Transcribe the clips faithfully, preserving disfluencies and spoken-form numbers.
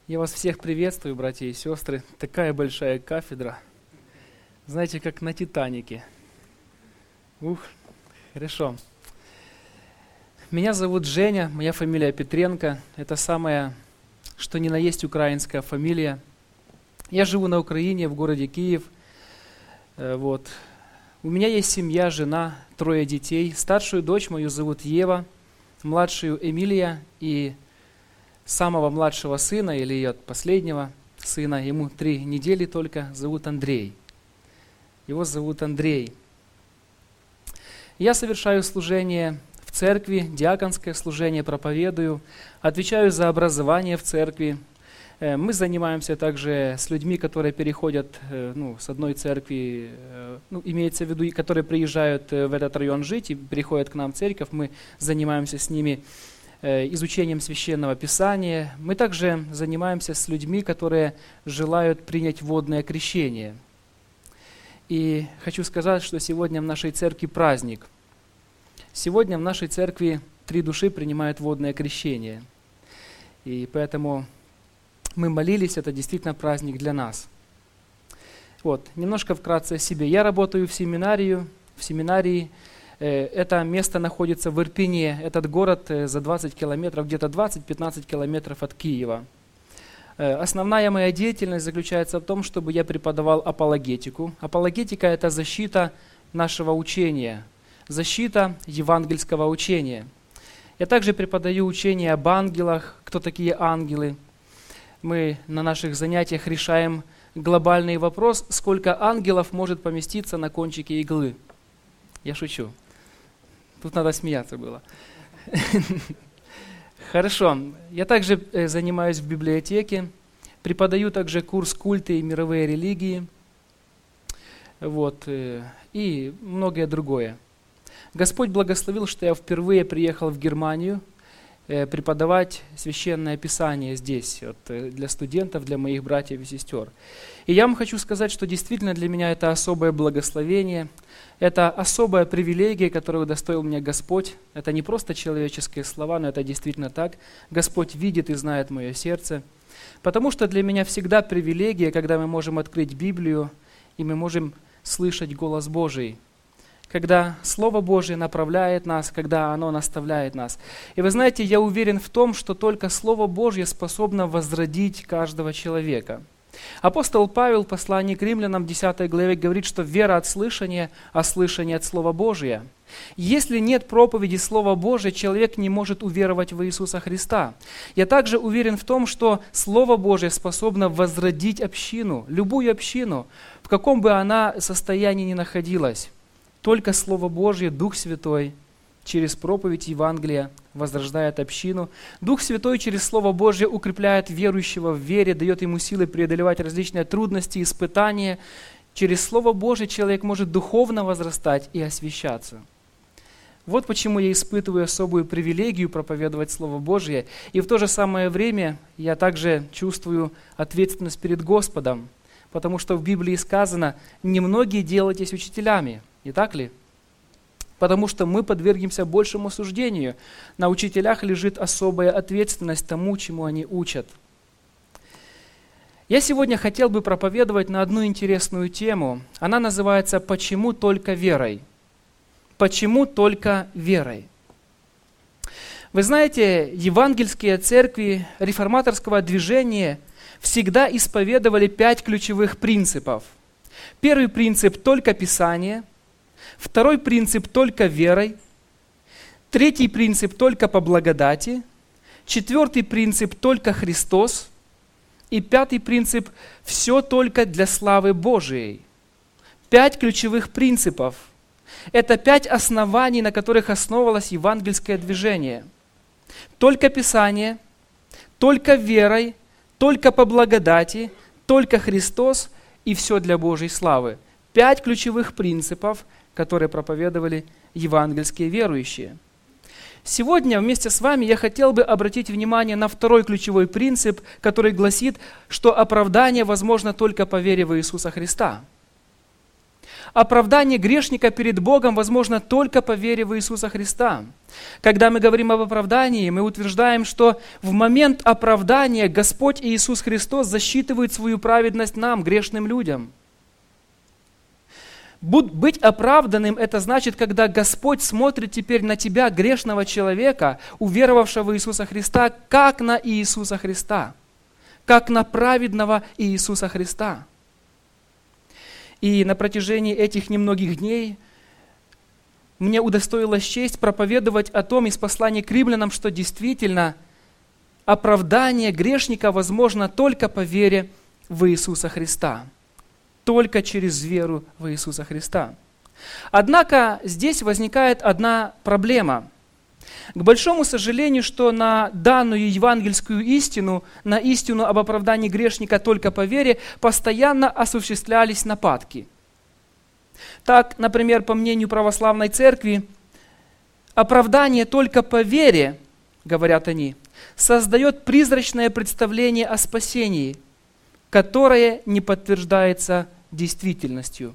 Я вас всех приветствую, братья и сестры. Такая большая кафедра. Знаете, как на Титанике. Ух, хорошо. Меня зовут Женя, моя фамилия Петренко. Это самая, что ни на есть, украинская фамилия. Я живу на Украине, в городе Киев. Вот. У меня есть семья, жена, трое детей. Старшую дочь мою зовут Ева, младшую Эмилия и самого младшего сына, или ее последнего сына, ему три недели только, зовут Андрей. Его зовут Андрей. Я совершаю служение в церкви, диаконское служение, проповедую, отвечаю за образование в церкви. Мы занимаемся также с людьми, которые переходят ну, с одной церкви, ну, имеется в виду, которые приезжают в этот район жить и приходят к нам в церковь. Мы занимаемся с ними изучением Священного Писания. Мы также занимаемся с людьми, которые желают принять водное крещение. И хочу сказать, что сегодня в нашей церкви праздник. Сегодня в нашей церкви три души принимают водное крещение. И поэтому мы молились, это действительно праздник для нас. Вот, немножко вкратце о себе. Я работаю в семинарию, в семинарии. Это место находится в Ирпене. Этот город за двадцать километров, где-то двадцать-пятнадцать километров от Киева. Основная моя деятельность заключается в том, чтобы я преподавал апологетику. Апологетика – это защита нашего учения, защита евангельского учения. Я также преподаю учение об ангелах, кто такие ангелы. Мы на наших занятиях решаем глобальный вопрос, сколько ангелов может поместиться на кончике иглы. Я шучу. Тут надо смеяться было. Хорошо. Я также занимаюсь в библиотеке, преподаю также курс «Культы и мировые религии», вот, и многое другое. Господь благословил, что я впервые приехал в Германию преподавать Священное Писание здесь, вот, для студентов, для моих братьев и сестер. И я вам хочу сказать, что действительно для меня это особое благословение, это особая привилегия, которую удостоил мне Господь. Это не просто человеческие слова, но это действительно так. Господь видит и знает мое сердце. Потому что для меня всегда привилегия, когда мы можем открыть Библию, и мы можем слышать голос Божий. Когда Слово Божие направляет нас, когда оно наставляет нас. И вы знаете, я уверен в том, что только Слово Божье способно возродить каждого человека. Апостол Павел в послании к Римлянам, десятой главе, говорит, что вера от слышания, а слышание от Слова Божия. Если нет проповеди Слова Божия, человек не может уверовать в Иисуса Христа. Я также уверен в том, что Слово Божие способно возродить общину, любую общину, в каком бы она состоянии ни находилась. Только Слово Божье, Дух Святой, через проповедь Евангелия возрождает общину. Дух Святой через Слово Божье укрепляет верующего в вере, дает ему силы преодолевать различные трудности, испытания. Через Слово Божье человек может духовно возрастать и освящаться. Вот почему я испытываю особую привилегию проповедовать Слово Божье. И в то же самое время я также чувствую ответственность перед Господом, потому что в Библии сказано: «Немногие делайтесь учителями». Не так ли? Потому что мы подвергнемся большему осуждению. На учителях лежит особая ответственность тому, чему они учат. Я сегодня хотел бы проповедовать на одну интересную тему. Она называется «Почему только верой?». Почему только верой? Вы знаете, евангельские церкви реформаторского движения всегда исповедовали пять ключевых принципов. Первый принцип – только Писание. Второй принцип – только верой. Третий принцип – только по благодати. Четвертый принцип – только Христос. И пятый принцип – все только для славы Божией. Пять ключевых принципов. Это пять оснований, на которых основывалось евангельское движение. Только Писание, только верой, только по благодати, только Христос и все для Божьей славы. Пять ключевых принципов, которые проповедовали евангельские верующие. Сегодня вместе с вами я хотел бы обратить внимание на второй ключевой принцип, который гласит, что оправдание возможно только по вере в Иисуса Христа. Оправдание грешника перед Богом возможно только по вере в Иисуса Христа. Когда мы говорим об оправдании, мы утверждаем, что в момент оправдания Господь Иисус Христос засчитывает свою праведность нам, грешным людям. Быть оправданным – это значит, когда Господь смотрит теперь на тебя, грешного человека, уверовавшего в Иисуса Христа, как на Иисуса Христа, как на праведного Иисуса Христа. И на протяжении этих немногих дней мне удостоилась честь проповедовать о том из послания к римлянам, что действительно оправдание грешника возможно только по вере в Иисуса Христа. Только через веру в Иисуса Христа. Однако здесь возникает одна проблема. К большому сожалению, что на данную евангельскую истину, на истину об оправдании грешника только по вере, постоянно осуществлялись нападки. Так, например, по мнению православной церкви, оправдание только по вере, говорят они, создает призрачное представление о спасении, которое не подтверждается действительностью.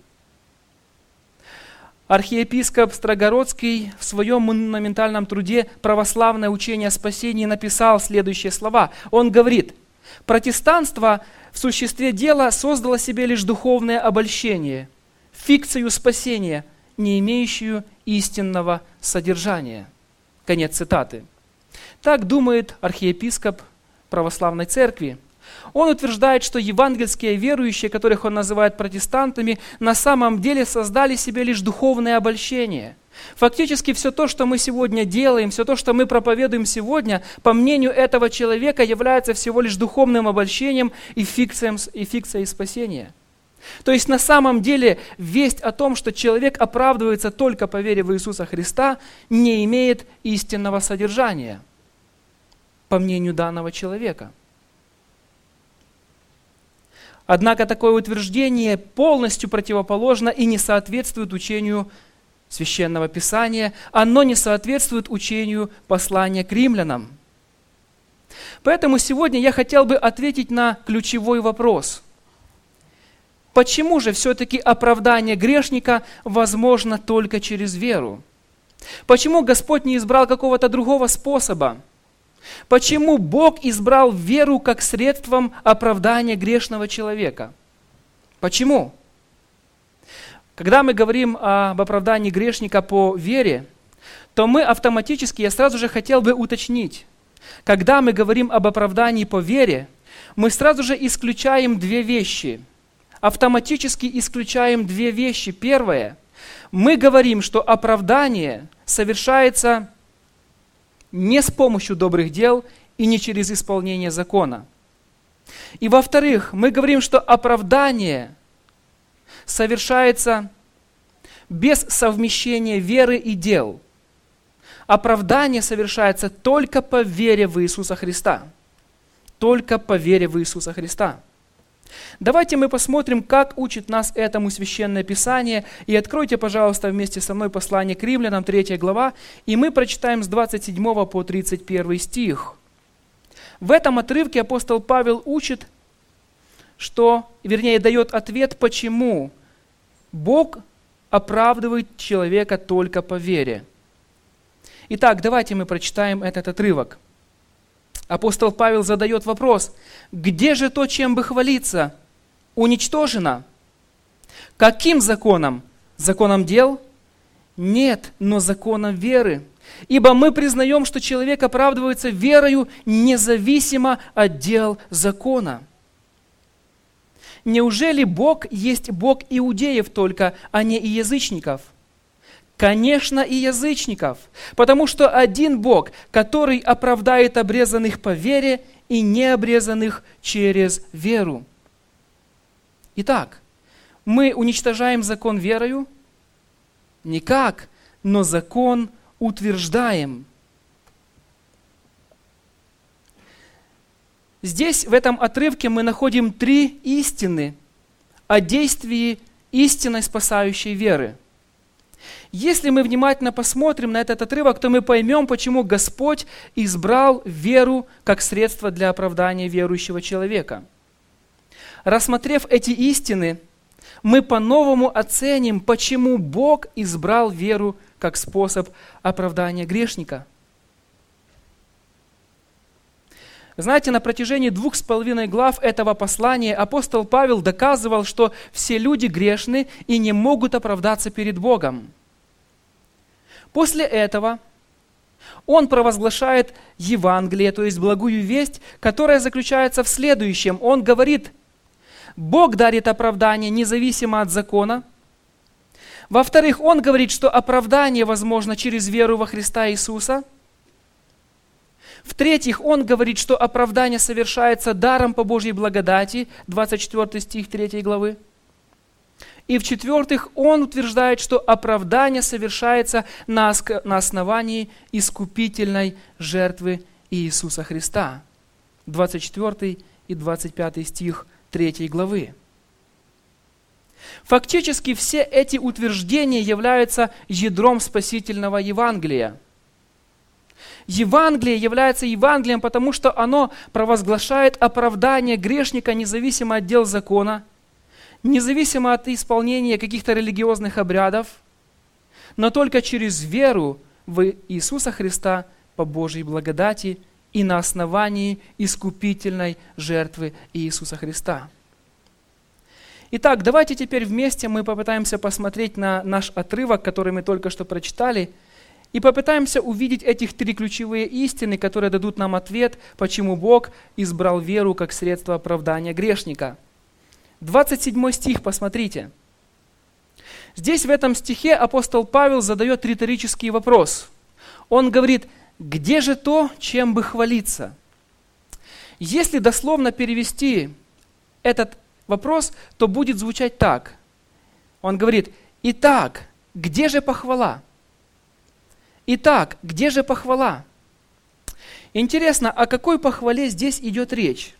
Архиепископ Строгородский в своем монументальном труде «Православное учение о спасении» написал следующие слова. Он говорит: «Протестанство в существе дела создало себе лишь духовное обольщение, фикцию спасения, не имеющую истинного содержания». Конец цитаты. Так думает архиепископ православной церкви. Он утверждает, что евангельские верующие, которых он называет протестантами, на самом деле создали себе лишь духовное обольщение. Фактически все то, что мы сегодня делаем, все то, что мы проповедуем сегодня, по мнению этого человека, является всего лишь духовным обольщением и фикцией, и фикцией спасения. То есть на самом деле весть о том, что человек оправдывается только по вере в Иисуса Христа, не имеет истинного содержания, по мнению данного человека. Однако такое утверждение полностью противоположно и не соответствует учению Священного Писания, оно не соответствует учению послания к римлянам. Поэтому сегодня я хотел бы ответить на ключевой вопрос. Почему же все-таки оправдание грешника возможно только через веру? Почему Господь не избрал какого-то другого способа? Почему Бог избрал веру как средством оправдания грешного человека? Почему? Когда мы говорим об оправдании грешника по вере, то мы автоматически, я сразу же хотел бы уточнить, когда мы говорим об оправдании по вере, мы сразу же исключаем две вещи. Автоматически исключаем две вещи. Первое, мы говорим, что оправдание совершается не с помощью добрых дел и не через исполнение закона. И во-вторых, мы говорим, что оправдание совершается без совмещения веры и дел. Оправдание совершается только по вере в Иисуса Христа. Только по вере в Иисуса Христа. Давайте мы посмотрим, как учит нас этому Священное Писание. И откройте, пожалуйста, вместе со мной послание к римлянам, третья глава, и мы прочитаем с двадцать седьмого по тридцать первый стих. В этом отрывке апостол Павел учит, что, вернее, дает ответ, почему Бог оправдывает человека только по вере. Итак, давайте мы прочитаем этот отрывок. Апостол Павел задает вопрос: где же то, чем бы хвалиться? Уничтожено. Каким законом? Законом дел? Нет, но законом веры. Ибо мы признаем, что человек оправдывается верою независимо от дел закона. Неужели Бог есть Бог иудеев только, а не и язычников? Конечно, и язычников, потому что один Бог, который оправдает обрезанных по вере и необрезанных через веру. Итак, мы уничтожаем закон верою? Никак, но закон утверждаем. Здесь, в этом отрывке, мы находим три истины о действии истинной спасающей веры. Если мы внимательно посмотрим на этот отрывок, то мы поймем, почему Господь избрал веру как средство для оправдания верующего человека. Рассмотрев эти истины, мы по-новому оценим, почему Бог избрал веру как способ оправдания грешника. Знаете, на протяжении двух с половиной глав этого послания апостол Павел доказывал, что все люди грешны и не могут оправдаться перед Богом. После этого он провозглашает Евангелие, то есть благую весть, которая заключается в следующем. Он говорит: Бог дарит оправдание независимо от закона. Во-вторых, он говорит, что оправдание возможно через веру во Христа Иисуса. В-третьих, он говорит, что оправдание совершается даром по Божьей благодати, двадцать четвёртый стих третьей главы. И в-четвертых, он утверждает, что оправдание совершается на основании искупительной жертвы Иисуса Христа, двадцать четвёртый и двадцать пятый стих третьей главы. Фактически все эти утверждения являются ядром спасительного Евангелия. Евангелие является Евангелием, потому что оно провозглашает оправдание грешника независимо от дел закона, независимо от исполнения каких-то религиозных обрядов, но только через веру в Иисуса Христа по Божьей благодати и на основании искупительной жертвы Иисуса Христа. Итак, давайте теперь вместе мы попытаемся посмотреть на наш отрывок, который мы только что прочитали, и попытаемся увидеть этих три ключевые истины, которые дадут нам ответ, почему Бог избрал веру как средство оправдания грешника. двадцать седьмой стих, посмотрите. Здесь в этом стихе апостол Павел задает риторический вопрос. Он говорит: где же то, чем бы хвалиться? Если дословно перевести этот вопрос, то будет звучать так. Он говорит: итак, где же похвала? Итак, где же похвала? Интересно, о какой похвале здесь идет речь?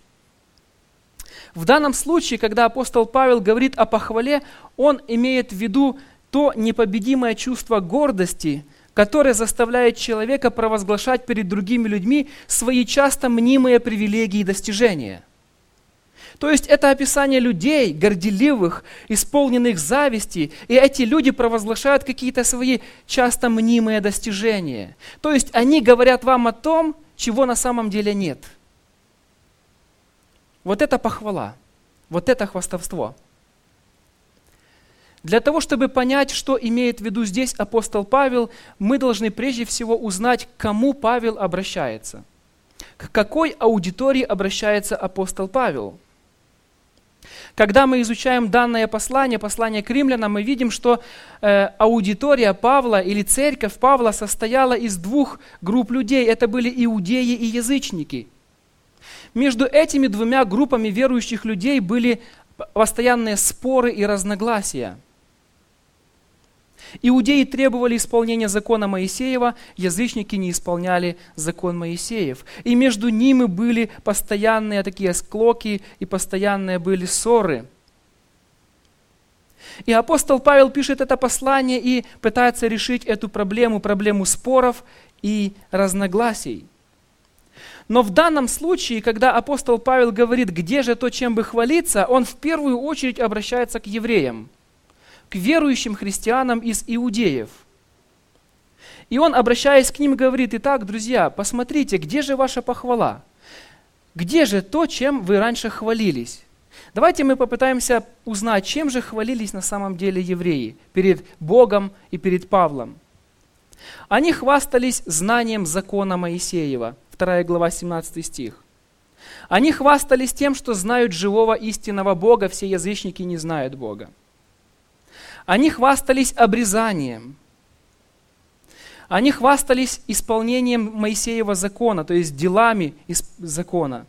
В данном случае, когда апостол Павел говорит о похвале, он имеет в виду то непобедимое чувство гордости, которое заставляет человека провозглашать перед другими людьми свои часто мнимые привилегии и достижения. То есть это описание людей, горделивых, исполненных зависти, и эти люди провозглашают какие-то свои часто мнимые достижения. То есть они говорят вам о том, чего на самом деле нет. Вот это похвала, вот это хвастовство. Для того, чтобы понять, что имеет в виду здесь апостол Павел, мы должны прежде всего узнать, к кому Павел обращается. К какой аудитории обращается апостол Павел? Когда мы изучаем данное послание, послание к римлянам, мы видим, что э, аудитория Павла или церковь Павла состояла из двух групп людей. Это были иудеи и язычники. Между этими двумя группами верующих людей были постоянные споры и разногласия. Иудеи требовали исполнения закона Моисеева, язычники не исполняли закон Моисеев. И между ними были постоянные такие склоки и постоянные были ссоры. И апостол Павел пишет это послание и пытается решить эту проблему, проблему споров и разногласий. Но в данном случае, когда апостол Павел говорит, где же то, чем бы хвалиться, он в первую очередь обращается к евреям, к верующим христианам из иудеев. И он, обращаясь к ним, говорит: итак, друзья, посмотрите, где же ваша похвала? Где же то, чем вы раньше хвалились? Давайте мы попытаемся узнать, чем же хвалились на самом деле евреи перед Богом и перед Павлом. Они хвастались знанием закона Моисеева, вторая глава, семнадцатый стих. Они хвастались тем, что знают живого истинного Бога, все язычники не знают Бога. Они хвастались обрезанием. Они хвастались исполнением Моисеева закона, то есть делами из закона.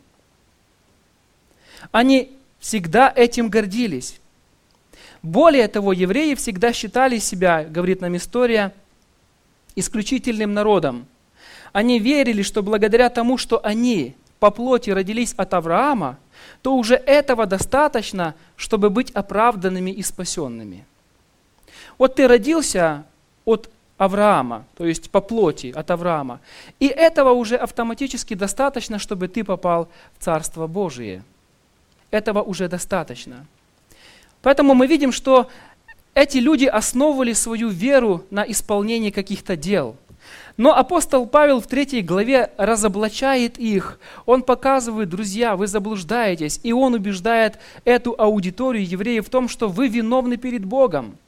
Они всегда этим гордились. Более того, евреи всегда считали себя, говорит нам история, исключительным народом. Они верили, что благодаря тому, что они по плоти родились от Авраама, то уже этого достаточно, чтобы быть оправданными и спасенными. Вот ты родился от Авраама, то есть по плоти от Авраама, и этого уже автоматически достаточно, чтобы ты попал в Царство Божие. Этого уже достаточно. Поэтому мы видим, что эти люди основывали свою веру на исполнении каких-то дел. Но апостол Павел в третьей главе разоблачает их. Он показывает: друзья, вы заблуждаетесь. И он убеждает эту аудиторию евреев в том, что вы виновны перед Богом.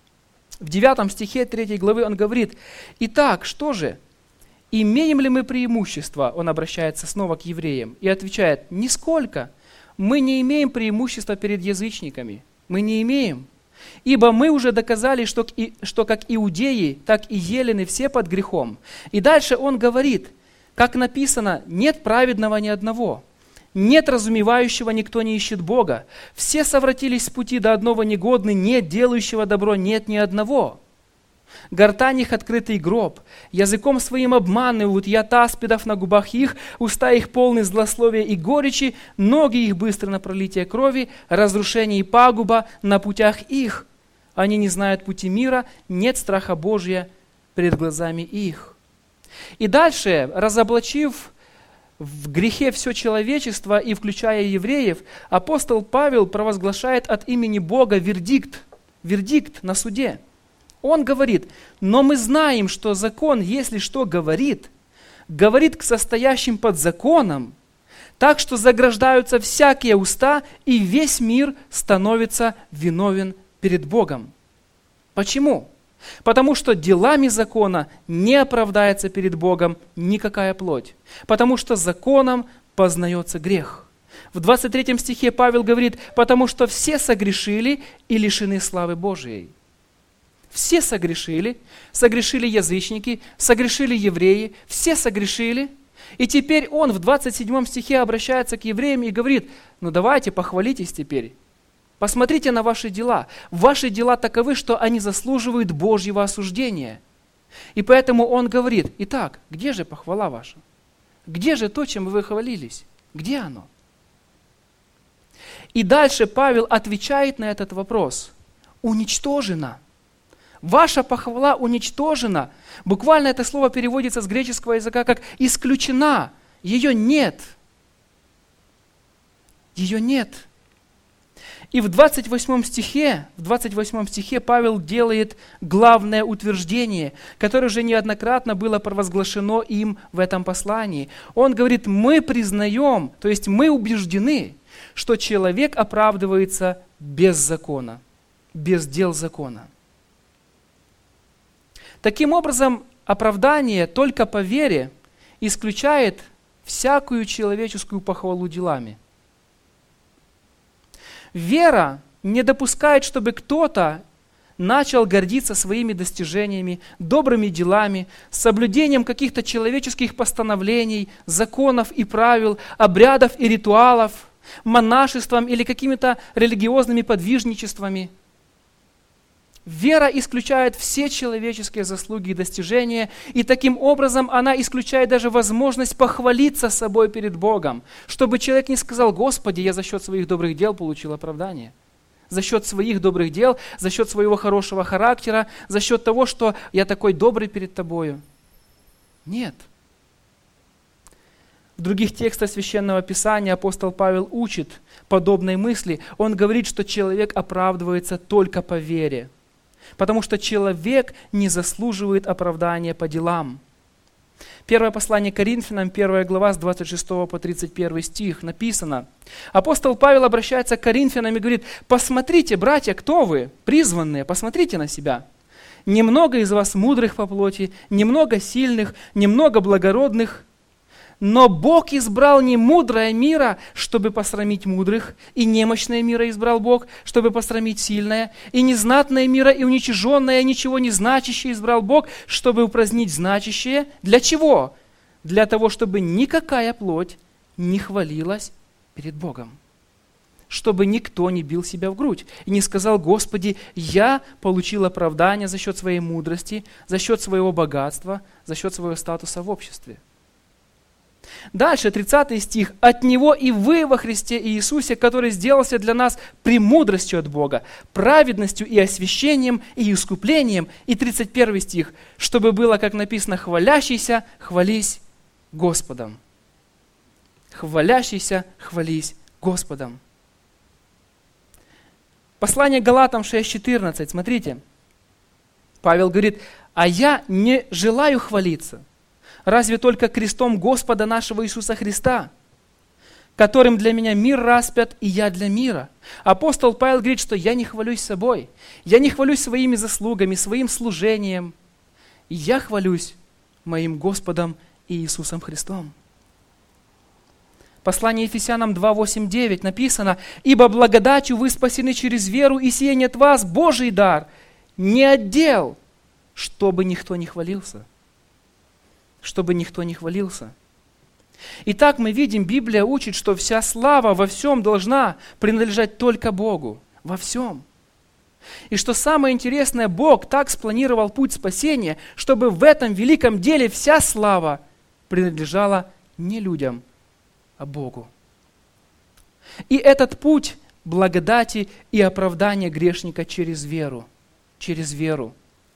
В девятом стихе третьей главы он говорит: «Итак, что же? Имеем ли мы преимущество?» Он обращается снова к евреям и отвечает: «Нисколько. Мы не имеем преимущества перед язычниками. Мы не имеем. Ибо мы уже доказали, что, что как иудеи, так и елены все под грехом». И дальше он говорит, как написано: «Нет праведного ни одного, нет разумевающего, никто не ищет Бога. Все совратились с пути, до одного негодны, нет делающего добро, нет ни одного. Гортань их открытый гроб, языком своим обманывают, яд аспидов на губах их, уста их полны злословия и горечи, ноги их быстры на пролитие крови, разрушение и пагуба на путях их. Они не знают пути мира, нет страха Божия перед глазами их». И дальше, разоблачив в грехе все человечество и включая евреев, апостол Павел провозглашает от имени Бога вердикт, вердикт на суде. Он говорит: «Но мы знаем, что закон, если что говорит, говорит к состоящим под законом, так что заграждаются всякие уста, и весь мир становится виновен перед Богом». Почему? Потому что делами закона не оправдается перед Богом никакая плоть. Потому что законом познается грех. В двадцать третьем стихе Павел говорит: «Потому что все согрешили и лишены славы Божией». Все согрешили, согрешили язычники, согрешили евреи, все согрешили. И теперь он в двадцать седьмом стихе обращается к евреям и говорит: «Ну давайте, похвалитесь теперь. Посмотрите на ваши дела. Ваши дела таковы, что они заслуживают Божьего осуждения». И поэтому он говорит: «Итак, где же похвала ваша? Где же то, чем вы хвалились? Где оно?» И дальше Павел отвечает на этот вопрос: «Уничтожено». Ваша похвала уничтожена. Буквально это слово переводится с греческого языка как «исключена». Ее нет. Ее нет. И в двадцать восьмом стихе, в двадцать восьмом стихе Павел делает главное утверждение, которое уже неоднократно было провозглашено им в этом послании. Он говорит: «Мы признаем, то есть мы убеждены, что человек оправдывается без закона, без дел закона». Таким образом, оправдание только по вере исключает всякую человеческую похвалу делами. Вера не допускает, чтобы кто-то начал гордиться своими достижениями, добрыми делами, соблюдением каких-то человеческих постановлений, законов и правил, обрядов и ритуалов, монашеством или какими-то религиозными подвижничествами. Вера исключает все человеческие заслуги и достижения, и таким образом она исключает даже возможность похвалиться собой перед Богом, чтобы человек не сказал: «Господи, я за счет своих добрых дел получил оправдание». За счет своих добрых дел, за счет своего хорошего характера, за счет того, что я такой добрый перед Тобою. Нет. В других текстах Священного Писания апостол Павел учит подобной мысли. Он говорит, что человек оправдывается только по вере. Потому что человек не заслуживает оправдания по делам. Первое послание Коринфянам, первая глава, с двадцать шестого по тридцать первый стих написано. Апостол Павел обращается к Коринфянам и говорит: «Посмотрите, братья, кто вы, призванные, посмотрите на себя. Немного из вас мудрых по плоти, немного сильных, немного благородных. Но Бог избрал не мудрое мира, чтобы посрамить мудрых, и немощное мира избрал Бог, чтобы посрамить сильное, и незнатное мира, и уничиженное, ничего не значащее избрал Бог, чтобы упразднить значащее». Для чего? Для того, чтобы никакая плоть не хвалилась перед Богом. Чтобы никто не бил себя в грудь и не сказал: «Господи, я получил оправдание за счет своей мудрости, за счет своего богатства, за счет своего статуса в обществе». Дальше, тридцатый стих. «От Него и вы во Христе Иисусе, который сделался для нас премудростью от Бога, праведностью и освящением и искуплением». И тридцать первый стих. «Чтобы было, как написано, хвалящийся, хвались Господом». Хвалящийся, хвались Господом. Послание Галатам шесть четырнадцать, смотрите. Павел говорит: «А я не желаю хвалиться, разве только крестом Господа нашего Иисуса Христа, которым для меня мир распят, и я для мира». Апостол Павел говорит, что я не хвалюсь собой, я не хвалюсь своими заслугами, своим служением, я хвалюсь моим Господом Иисусом Христом. Послание Ефесянам два восемь девять написано: «Ибо благодатью вы спасены через веру, и сие не от вас, Божий дар, не от дел, чтобы никто не хвалился». Чтобы никто не хвалился. Итак, мы видим, Библия учит, что вся слава во всем должна принадлежать только Богу. Во всем. И что самое интересное, Бог так спланировал путь спасения, чтобы в этом великом деле вся слава принадлежала не людям, а Богу. И этот путь благодати и оправдания грешника через веру. Через веру.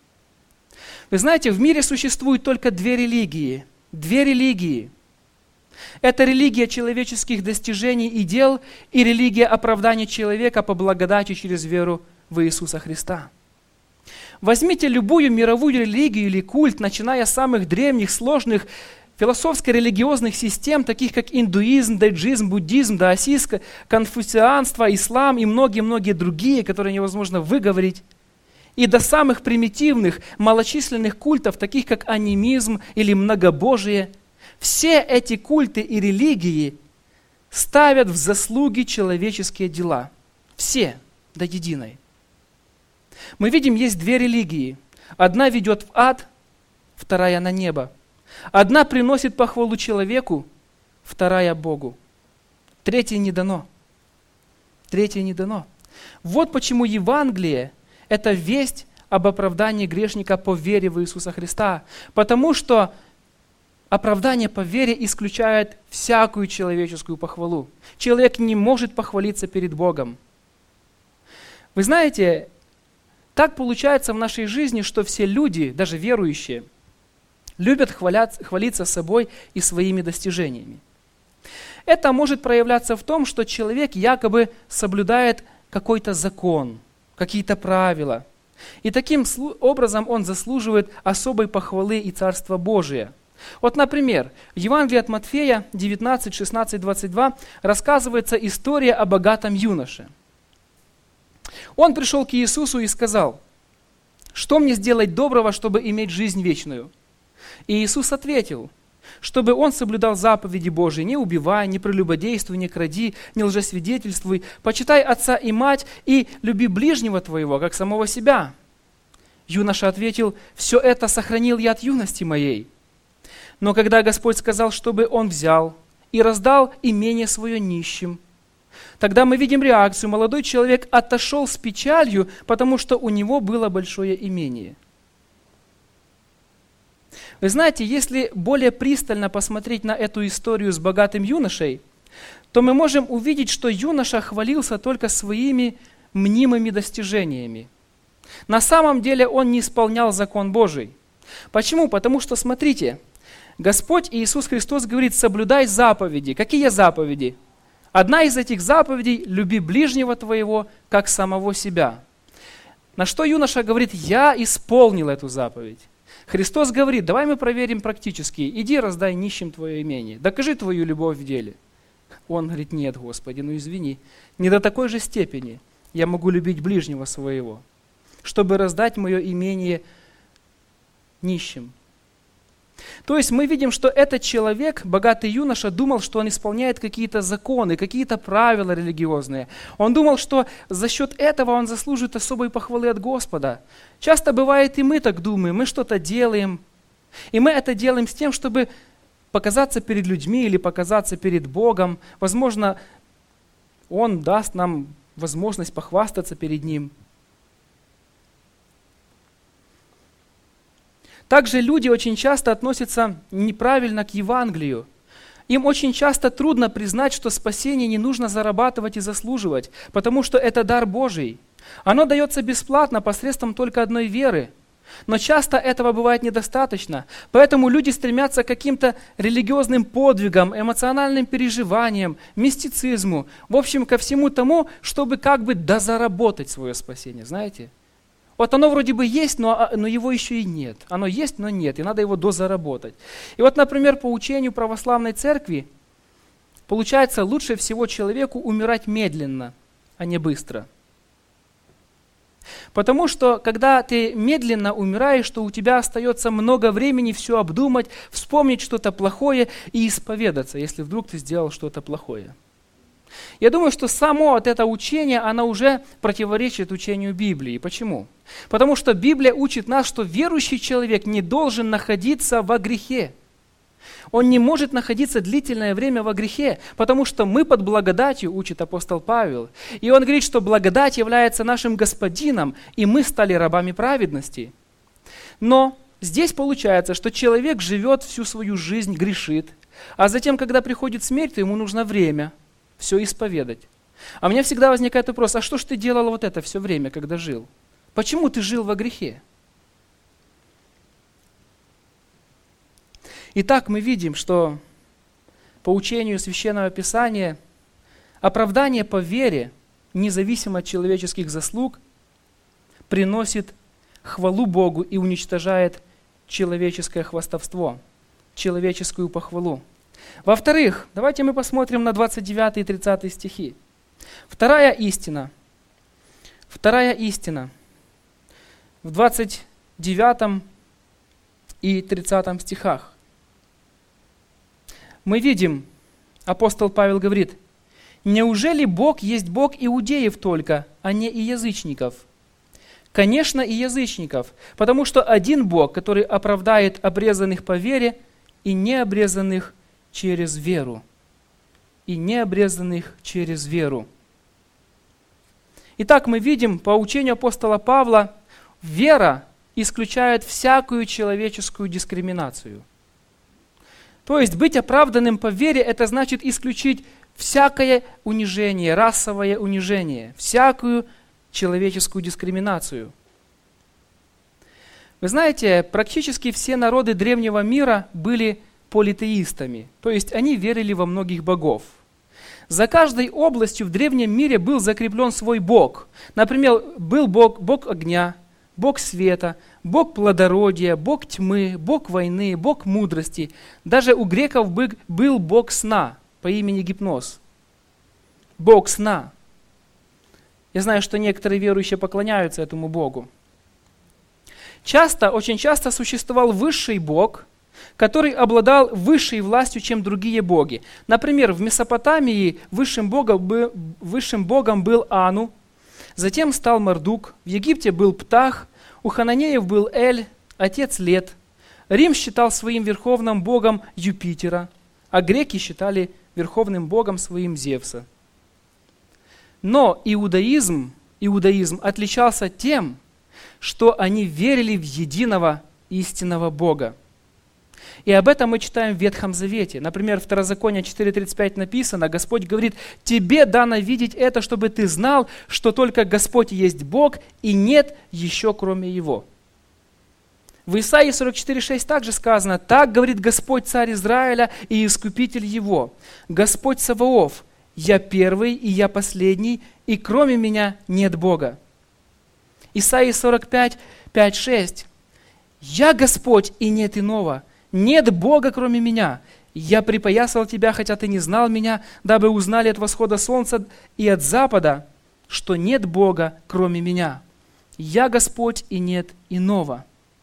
Вы знаете, в мире существует только две религии. Две религии. Это религия человеческих достижений и дел и религия оправдания человека по благодати через веру в Иисуса Христа. Возьмите любую мировую религию или культ, начиная с самых древних, сложных философско-религиозных систем, таких как индуизм, даджизм, буддизм, даосизм, конфуцианство, ислам и многие-многие другие, которые невозможно выговорить, и до самых примитивных, малочисленных культов, таких как анимизм или многобожие. Все эти культы и религии ставят в заслуги человеческие дела. Все, до единой. Мы видим, есть две религии. Одна ведет в ад, вторая на небо. Одна приносит похвалу человеку, вторая Богу. Третье не дано. Третье не дано. Вот почему Евангелие – это весть об оправдании грешника по вере в Иисуса Христа. Потому что оправдание по вере исключает всякую человеческую похвалу. Человек не может похвалиться перед Богом. Вы знаете, так получается в нашей жизни, что все люди, даже верующие, любят хвалиться собой и своими достижениями. Это может проявляться в том, что человек якобы соблюдает какой-то закон, какие-то правила. И таким образом он заслуживает особой похвалы и Царства Божия. Вот, например, в Евангелии от Матфея девятнадцать, шестнадцать, двадцать два рассказывается история о богатом юноше. Он пришел к Иисусу и сказал: «Что мне сделать доброго, чтобы иметь жизнь вечную?» И Иисус ответил, чтобы он соблюдал заповеди Божии: не убивай, не прелюбодействуй, не кради, не лжесвидетельствуй, почитай отца и мать и люби ближнего твоего, как самого себя. Юноша ответил: все это сохранил я от юности моей. Но когда Господь сказал, чтобы он взял и раздал имение свое нищим, тогда мы видим реакцию. Молодой человек отошел с печалью, потому что у него было большое имение. Вы знаете, если более пристально посмотреть на эту историю с богатым юношей, то мы можем увидеть, что юноша хвалился только своими мнимыми достижениями. На самом деле он не исполнял закон Божий. Почему? Потому что, смотрите, Господь Иисус Христос говорит: соблюдай заповеди. Какие заповеди? Одна из этих заповедей – люби ближнего твоего, как самого себя. На что юноша говорит: я исполнил эту заповедь. Христос говорит: давай мы проверим практически. Иди, раздай нищим твое имение. Докажи твою любовь в деле. Он говорит: нет, Господи, ну извини. Не до такой же степени я могу любить ближнего своего, чтобы раздать мое имение нищим. То есть мы видим, что этот человек, богатый юноша, думал, что он исполняет какие-то законы, какие-то правила религиозные. Он думал, что за счет этого он заслужит особой похвалы от Господа. Часто бывает, и мы так думаем, мы что-то делаем, и мы это делаем с тем, чтобы показаться перед людьми или показаться перед Богом. Возможно, Он даст нам возможность похвастаться перед Ним. Также люди очень часто относятся неправильно к Евангелию. Им очень часто трудно признать, что спасение не нужно зарабатывать и заслуживать, потому что это дар Божий. Оно дается бесплатно посредством только одной веры. Но часто этого бывает недостаточно. Поэтому люди стремятся к каким-то религиозным подвигам, эмоциональным переживаниям, мистицизму. В общем, ко всему тому, чтобы как бы дозаработать свое спасение. Знаете? Вот оно вроде бы есть, но, но его еще и нет. Оно есть, но нет, и надо его дозаработать. И вот, например, по учению православной церкви, получается, лучше всего человеку умирать медленно, а не быстро. Потому что, когда ты медленно умираешь, то у тебя остается много времени все обдумать, вспомнить что-то плохое и исповедаться, если вдруг ты сделал что-то плохое. Я думаю, что само вот это учение, оно уже противоречит учению Библии. Почему? Потому что Библия учит нас, что верующий человек не должен находиться во грехе. Он не может находиться длительное время во грехе, потому что мы под благодатью, учит апостол Павел. И он говорит, что благодать является нашим господином, и мы стали рабами праведности. Но здесь получается, что человек живет всю свою жизнь, грешит, а затем, когда приходит смерть, то ему нужно время все исповедать. А у меня всегда возникает вопрос, а что ж ты делал вот это все время, когда жил? Почему ты жил во грехе? Итак, мы видим, что по учению Священного Писания оправдание по вере, независимо от человеческих заслуг, приносит хвалу Богу и уничтожает человеческое хвастовство, человеческую похвалу. Во-вторых, давайте мы посмотрим на двадцать девятый и тридцатый стихи. Вторая истина. Вторая истина. В двадцать девятом и тридцатом стихах. Мы видим, апостол Павел говорит, «Неужели Бог есть Бог иудеев только, а не и язычников?» Конечно, и язычников, потому что один Бог, который оправдает обрезанных по вере и необрезанных через веру. И необрезанных через веру. Итак, мы видим по учению апостола Павла, вера исключает всякую человеческую дискриминацию. То есть быть оправданным по вере, это значит исключить всякое унижение, расовое унижение, всякую человеческую дискриминацию. Вы знаете, практически все народы древнего мира были политеистами, то есть они верили во многих богов. За каждой областью в древнем мире был закреплен свой бог. Например, был бог, бог огня, бог света, бог плодородия, бог тьмы, бог войны, бог мудрости. Даже у греков был бог сна по имени Гипнос. Бог сна. Я знаю, что некоторые верующие поклоняются этому богу. Часто, очень часто существовал высший бог, который обладал высшей властью, чем другие боги. Например, в Месопотамии высшим богом был, высшим богом был Ану, затем стал Мардук, в Египте был Птах, у хананеев был Эль, отец Лет. Рим считал своим верховным богом Юпитера, а греки считали верховным богом своим Зевса. Но иудаизм, иудаизм отличался тем, что они верили в единого истинного Бога. И об этом мы читаем в Ветхом Завете. Например, в Второзаконие четыре тридцать пять написано, Господь говорит, «Тебе дано видеть это, чтобы ты знал, что только Господь есть Бог, и нет еще кроме Его». В Исаии сорок четыре шесть также сказано, «Так говорит Господь, Царь Израиля и Искупитель Его, Господь Саваоф, я первый и я последний, и кроме меня нет Бога». Исаии сорок пять пять шесть, «Я Господь, и нет иного, нет Бога, кроме меня. Я припоясал тебя, хотя ты не знал меня, дабы узнали от восхода солнца и от запада, что нет Бога, кроме меня. Я Господь, и нет иного».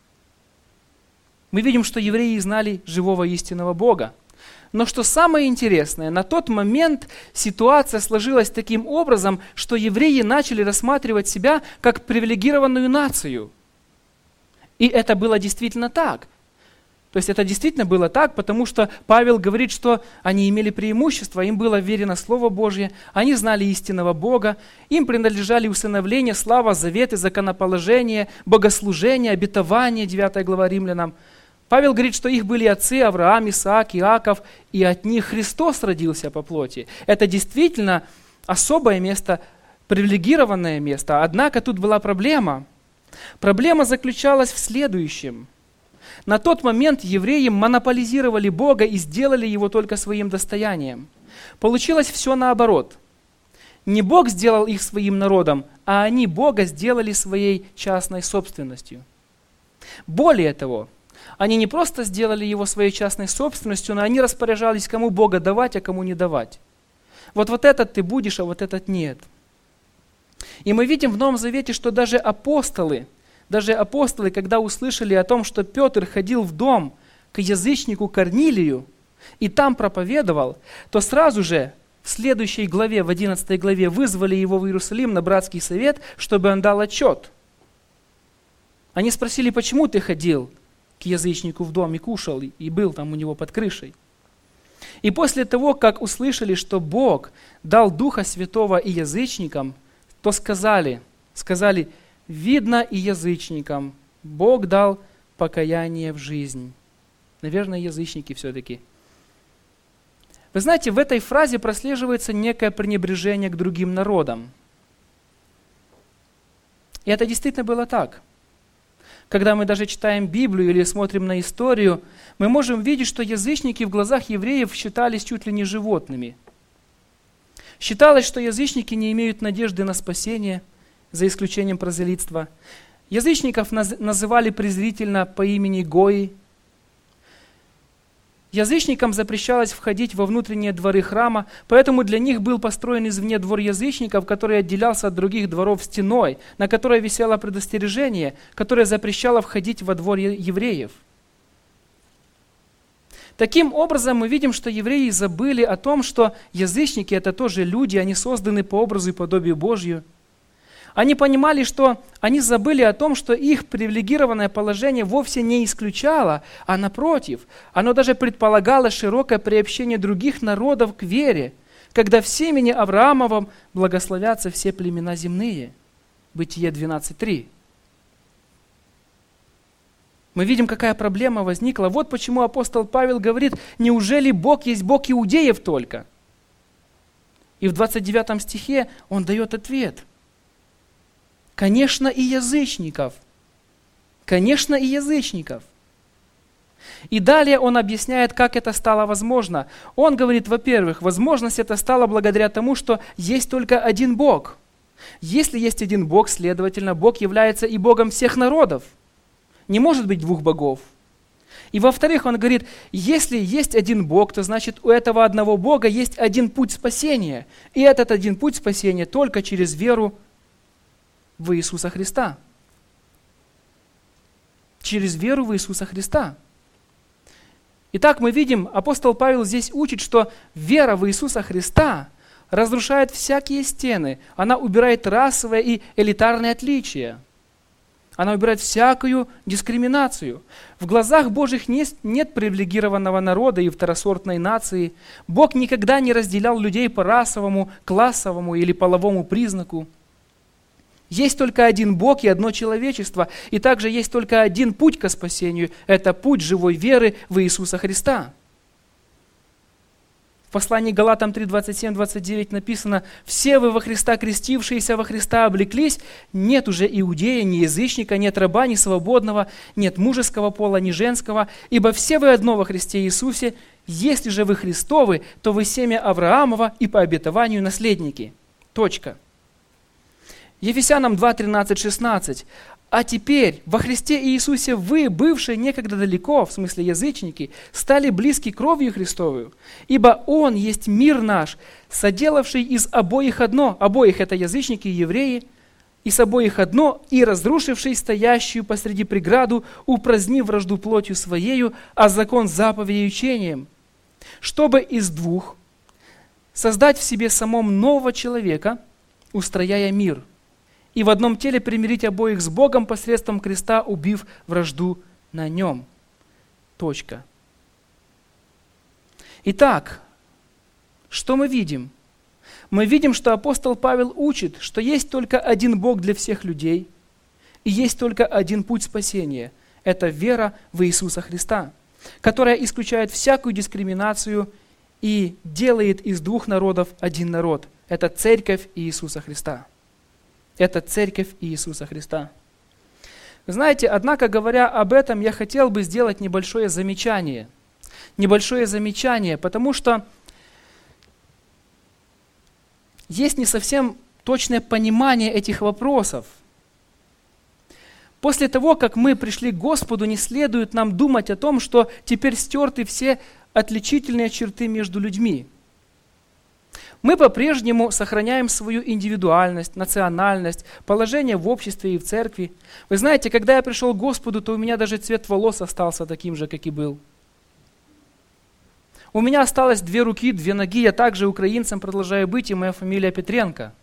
Мы видим, что евреи знали живого истинного Бога. Но что самое интересное, на тот момент ситуация сложилась таким образом, что евреи начали рассматривать себя как привилегированную нацию. И это было действительно так. То есть это действительно было так, потому что Павел говорит, что они имели преимущество, им было верено Слово Божье, они знали истинного Бога, им принадлежали усыновление, слава, заветы, законоположение, богослужение, обетование, девятая глава Римлянам. Павел говорит, что их были отцы Авраам, Исаак, Иаков, и от них Христос родился по плоти. Это действительно особое место, привилегированное место. Однако тут была проблема. Проблема заключалась в следующем. На тот момент евреи монополизировали Бога и сделали Его только своим достоянием. Получилось все наоборот. Не Бог сделал их своим народом, а они Бога сделали своей частной собственностью. Более того, они не просто сделали Его своей частной собственностью, но они распоряжались, кому Бога давать, а кому не давать. Вот вот этот ты будешь, а вот этот нет. И мы видим в Новом Завете, что даже апостолы, даже апостолы, когда услышали о том, что Петр ходил в дом к язычнику Корнилию и там проповедовал, то сразу же в следующей главе, в одиннадцатой главе, вызвали его в Иерусалим на братский совет, чтобы он дал отчет. Они спросили, почему ты ходил к язычнику в дом и кушал, и был там у него под крышей. И после того, как услышали, что Бог дал Духа Святого и язычникам, то сказали, сказали, видно и язычникам, Бог дал покаяние в жизнь. Наверное, язычники все-таки. Вы знаете, в этой фразе прослеживается некое пренебрежение к другим народам. И это действительно было так. Когда мы даже читаем Библию или смотрим на историю, мы можем видеть, что язычники в глазах евреев считались чуть ли не животными. Считалось, что язычники не имеют надежды на спасение, за исключением прозелитства. Язычников наз- называли презрительно по имени Гои. Язычникам запрещалось входить во внутренние дворы храма, поэтому для них был построен извне двор язычников, который отделялся от других дворов стеной, на которой висело предостережение, которое запрещало входить во двор евреев. Таким образом, мы видим, что евреи забыли о том, что язычники – это тоже люди, они созданы по образу и подобию Божью. Они понимали, что они забыли о том, что их привилегированное положение вовсе не исключало, а напротив, оно даже предполагало широкое приобщение других народов к вере, когда в семени Авраамовом благословятся все племена земные. Бытие двенадцать три. Мы видим, какая проблема возникла. Вот почему апостол Павел говорит, неужели Бог есть Бог иудеев только? И в двадцать девятом стихе он дает ответ. Конечно, и язычников. Конечно, и язычников. И далее он объясняет, как это стало возможно. Он говорит, во-первых, возможность это стала благодаря тому, что есть только один Бог. Если есть один Бог, следовательно, Бог является и Богом всех народов. Не может быть двух богов. И во-вторых, он говорит, если есть один Бог, то значит у этого одного Бога есть один путь спасения. И этот один путь спасения только через веру в Иисуса Христа. Через веру в Иисуса Христа. Итак, мы видим, апостол Павел здесь учит, что вера в Иисуса Христа разрушает всякие стены. Она убирает расовые и элитарные отличия. Она убирает всякую дискриминацию. В глазах Божьих нет, нет привилегированного народа и второсортной нации. Бог никогда не разделял людей по расовому, классовому или половому признаку. Есть только один Бог и одно человечество, и также есть только один путь ко спасению. Это путь живой веры в Иисуса Христа. В послании Галатам три, двадцать семь двадцать девять написано, «Все вы во Христа крестившиеся во Христа облеклись, нет уже иудея, ни язычника, нет раба, ни свободного, нет мужеского пола, ни женского, ибо все вы одно во Христе Иисусе, если же вы Христовы, то вы семя Авраамова и по обетованию наследники». Точка. Ефесянам два, тринадцать, шестнадцать. «А теперь во Христе Иисусе вы, бывшие некогда далеко, в смысле язычники, стали близки кровью Христовую, ибо Он есть мир наш, соделавший из обоих одно». Обоих это язычники и евреи. «И с обоих одно, и разрушивший стоящую посреди преграду, упразднив вражду плотью Своею, а закон заповедей учением, чтобы из двух создать в себе самом нового человека, устрояя мир, и в одном теле примирить обоих с Богом посредством креста, убив вражду на нем». Точка. Итак, что мы видим? Мы видим, что апостол Павел учит, что есть только один Бог для всех людей, и есть только один путь спасения. Это вера в Иисуса Христа, которая исключает всякую дискриминацию и делает из двух народов один народ. Это церковь Иисуса Христа. Это церковь Иисуса Христа. Вы знаете, однако, говоря об этом, я хотел бы сделать небольшое замечание. Небольшое замечание, потому что есть не совсем точное понимание этих вопросов. После того, как мы пришли к Господу, не следует нам думать о том, что теперь стерты все отличительные черты между людьми. Мы по-прежнему сохраняем свою индивидуальность, национальность, положение в обществе и в церкви. Вы знаете, когда я пришел к Господу, то у меня даже цвет волос остался таким же, как и был. У меня осталось две руки, две ноги, я также украинцем продолжаю быть, и моя фамилия Петренко.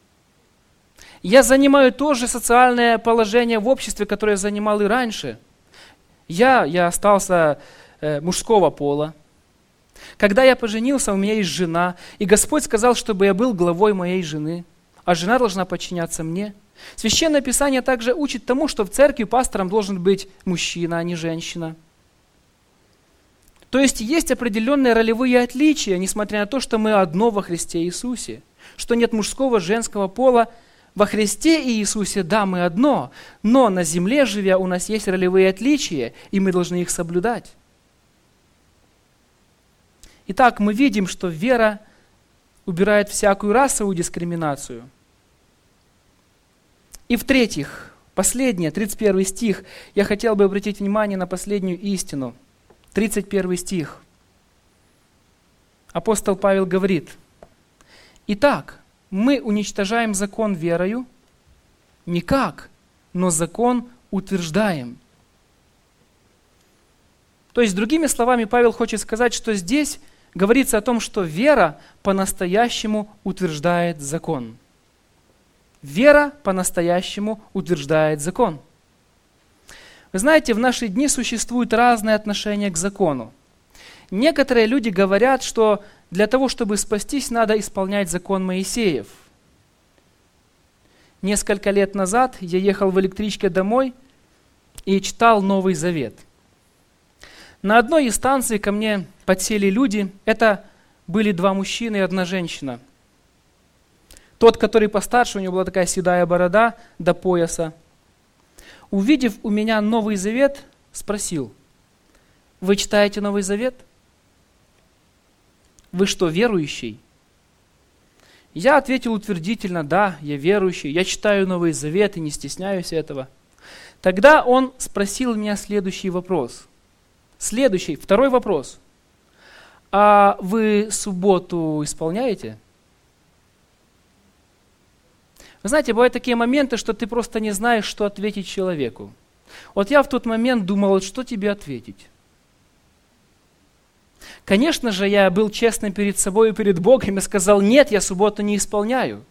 Я занимаю то же социальное положение в обществе, которое я занимал и раньше. Я, я остался э, мужского пола. Когда я поженился, у меня есть жена, и Господь сказал, чтобы я был главой моей жены, а жена должна подчиняться мне. Священное Писание также учит тому, что в церкви пастором должен быть мужчина, а не женщина. То есть есть определенные ролевые отличия, несмотря на то, что мы одно во Христе Иисусе, что нет мужского, женского пола. Во Христе Иисусе, да, мы одно, но на земле живя у нас есть ролевые отличия, и мы должны их соблюдать. Итак, мы видим, что вера убирает всякую расовую дискриминацию. И в-третьих, последнее, тридцать первый стих, я хотел бы обратить внимание на последнюю истину. тридцать первый стих. Апостол Павел говорит: «Итак, мы уничтожаем закон верою? Никак, но закон утверждаем». То есть, другими словами, Павел хочет сказать, что здесь говорится о том, что вера по-настоящему утверждает закон. Вера по-настоящему утверждает закон. Вы знаете, в наши дни существуют разные отношения к закону. Некоторые люди говорят, что для того, чтобы спастись, надо исполнять закон Моисеев. Несколько лет назад я ехал в электричке домой и читал Новый Завет. На одной из станций ко мне подсели люди. Это были два мужчины и одна женщина. Тот, который постарше, у него была такая седая борода до пояса. Увидев у меня Новый Завет, спросил: «Вы читаете Новый Завет? Вы что, верующий?» Я ответил утвердительно: «Да, я верующий, я читаю Новый Завет и не стесняюсь этого». Тогда он спросил меня следующий вопрос. Следующий, второй вопрос. «А вы субботу исполняете?» Вы знаете, бывают такие моменты, что ты просто не знаешь, что ответить человеку. Вот я в тот момент думал, вот что тебе ответить. Конечно же, я был честным перед собой и перед Богом и сказал: «Нет, я субботу не исполняю».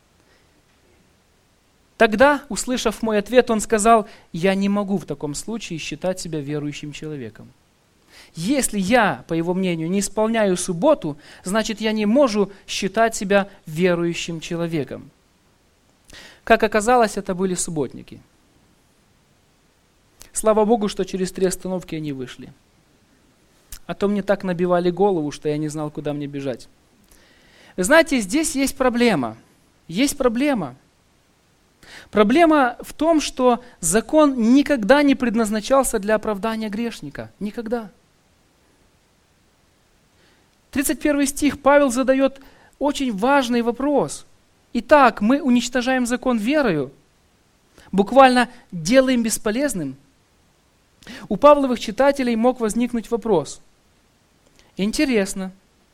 Тогда, услышав мой ответ, он сказал: «Я не могу в таком случае считать себя верующим человеком. Если я, по его мнению, не исполняю субботу, значит, я не могу считать себя верующим человеком». Как оказалось, это были субботники. Слава Богу, что через три остановки они вышли. А то мне так набивали голову, что я не знал, куда мне бежать. Вы знаете, здесь есть проблема. Есть проблема. Проблема в том, что закон никогда не предназначался для оправдания грешника. Никогда. тридцать первый стих Павел задает очень важный вопрос. Итак, мы уничтожаем закон верою, буквально делаем бесполезным. У Павловых читателей мог возникнуть вопрос. Интересно.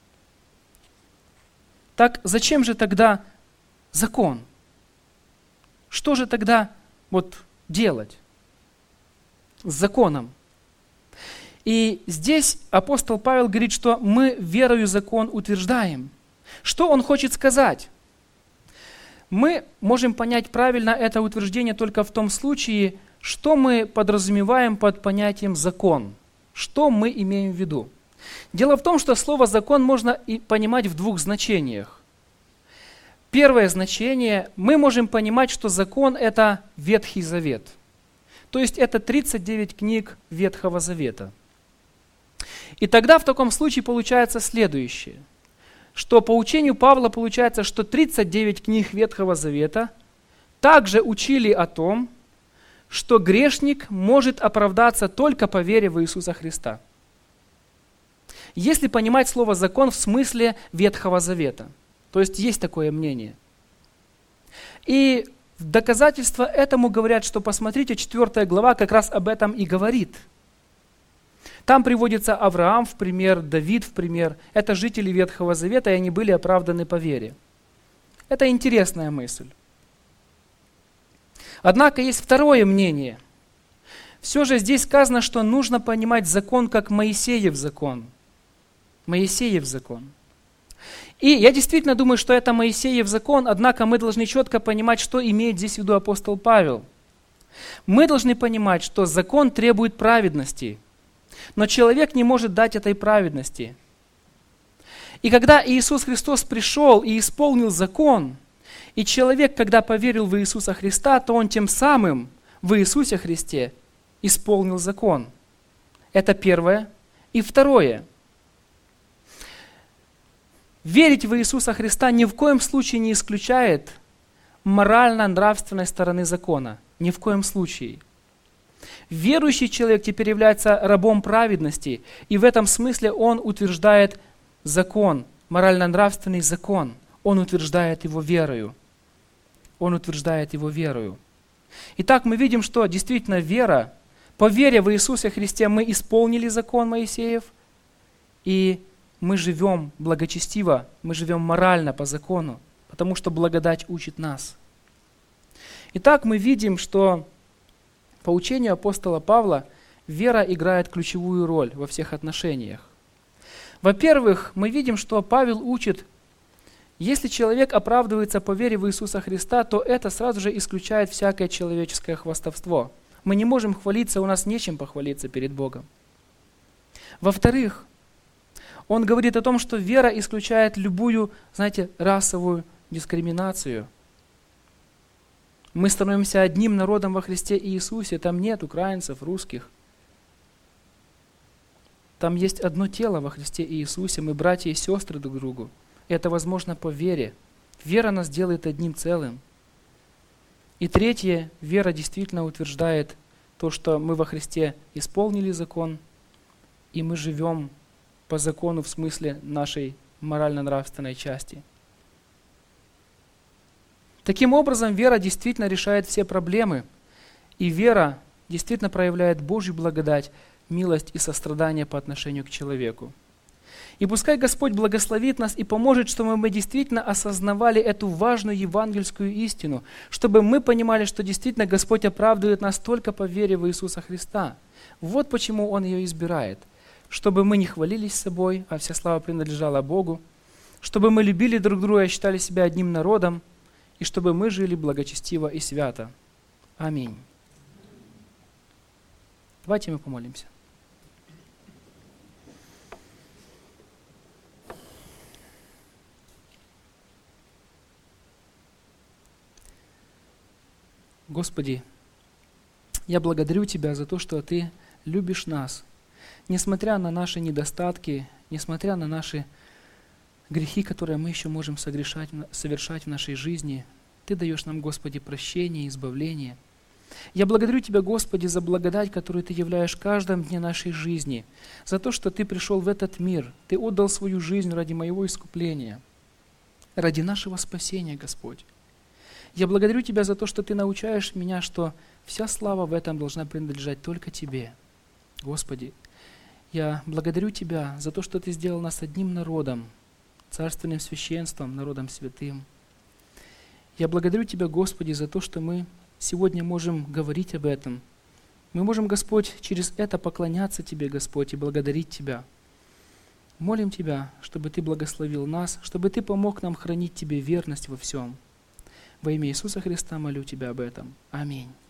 Так зачем же тогда закон? Что же тогда вот делать с законом? И здесь апостол Павел говорит, что мы верою закон утверждаем. Что он хочет сказать? Мы можем понять правильно это утверждение только в том случае, что мы подразумеваем под понятием «закон». Что мы имеем в виду? Дело в том, что слово «закон» можно и понимать в двух значениях. Первое значение, мы можем понимать, что закон – это Ветхий Завет. То есть это тридцать девять книг Ветхого Завета. И тогда в таком случае получается следующее, что по учению Павла получается, что тридцать девять книг Ветхого Завета также учили о том, что грешник может оправдаться только по вере в Иисуса Христа. Если понимать слово «закон» в смысле Ветхого Завета. То есть есть такое мнение. И в доказательство этому говорят, что посмотрите, четвёртая глава как раз об этом и говорит. Там приводится Авраам в пример, Давид в пример. Это жители Ветхого Завета, и они были оправданы по вере. Это интересная мысль. Однако есть второе мнение. Все же здесь сказано, что нужно понимать закон как Моисеев закон. Моисеев закон. И я действительно думаю, что это Моисеев закон, однако мы должны четко понимать, что имеет здесь в виду апостол Павел. Мы должны понимать, что закон требует праведности, но человек не может дать этой праведности. И когда Иисус Христос пришел и исполнил закон, и человек, когда поверил в Иисуса Христа, то он тем самым в Иисусе Христе исполнил закон. Это первое. И второе. Верить в Иисуса Христа ни в коем случае не исключает морально-нравственной стороны закона. Ни в коем случае. Верующий человек теперь является рабом праведности, и в этом смысле он утверждает закон, морально-нравственный закон. Он утверждает его верою. Он утверждает его верою. Итак, мы видим, что действительно вера, по вере в Иисусе Христе мы исполнили закон Моисеев, и мы живем благочестиво, мы живем морально по закону, потому что благодать учит нас. Итак, мы видим, что по учению апостола Павла вера играет ключевую роль во всех отношениях. Во-первых, мы видим, что Павел учит, если человек оправдывается по вере в Иисуса Христа, то это сразу же исключает всякое человеческое хвастовство. Мы не можем хвалиться, у нас нечем похвалиться перед Богом. Во-вторых, он говорит о том, что вера исключает любую, знаете, расовую дискриминацию. Мы становимся одним народом во Христе Иисусе. Там нет украинцев, русских. Там есть одно тело во Христе Иисусе. Мы братья и сестры друг другу. И это возможно по вере. Вера нас делает одним целым. И третье, вера действительно утверждает то, что мы во Христе исполнили закон, и мы живем по закону в смысле нашей морально-нравственной части. Таким образом, вера действительно решает все проблемы, и вера действительно проявляет Божью благодать, милость и сострадание по отношению к человеку. И пускай Господь благословит нас и поможет, чтобы мы действительно осознавали эту важную евангельскую истину, чтобы мы понимали, что действительно Господь оправдывает нас только по вере в Иисуса Христа. Вот почему Он ее избирает. Чтобы мы не хвалились собой, а вся слава принадлежала Богу, чтобы мы любили друг друга и считали себя одним народом, и чтобы мы жили благочестиво и свято. Аминь. Давайте мы помолимся. Господи, я благодарю Тебя за то, что Ты любишь нас. Несмотря на наши недостатки, несмотря на наши грехи, которые мы еще можем согрешать, совершать в нашей жизни, Ты даешь нам, Господи, прощение и избавление. Я благодарю Тебя, Господи, за благодать, которую Ты являешь в каждом дне нашей жизни, за то, что Ты пришел в этот мир, Ты отдал свою жизнь ради моего искупления, ради нашего спасения, Господь. Я благодарю Тебя за то, что Ты научаешь меня, что вся слава в этом должна принадлежать только Тебе. Господи, я благодарю Тебя за то, что Ты сделал нас одним народом, царственным священством, народом святым. Я благодарю Тебя, Господи, за то, что мы сегодня можем говорить об этом. Мы можем, Господь, через это поклоняться Тебе, Господь, и благодарить Тебя. Молим Тебя, чтобы Ты благословил нас, чтобы Ты помог нам хранить Тебе верность во всем. Во имя Иисуса Христа молю Тебя об этом. Аминь.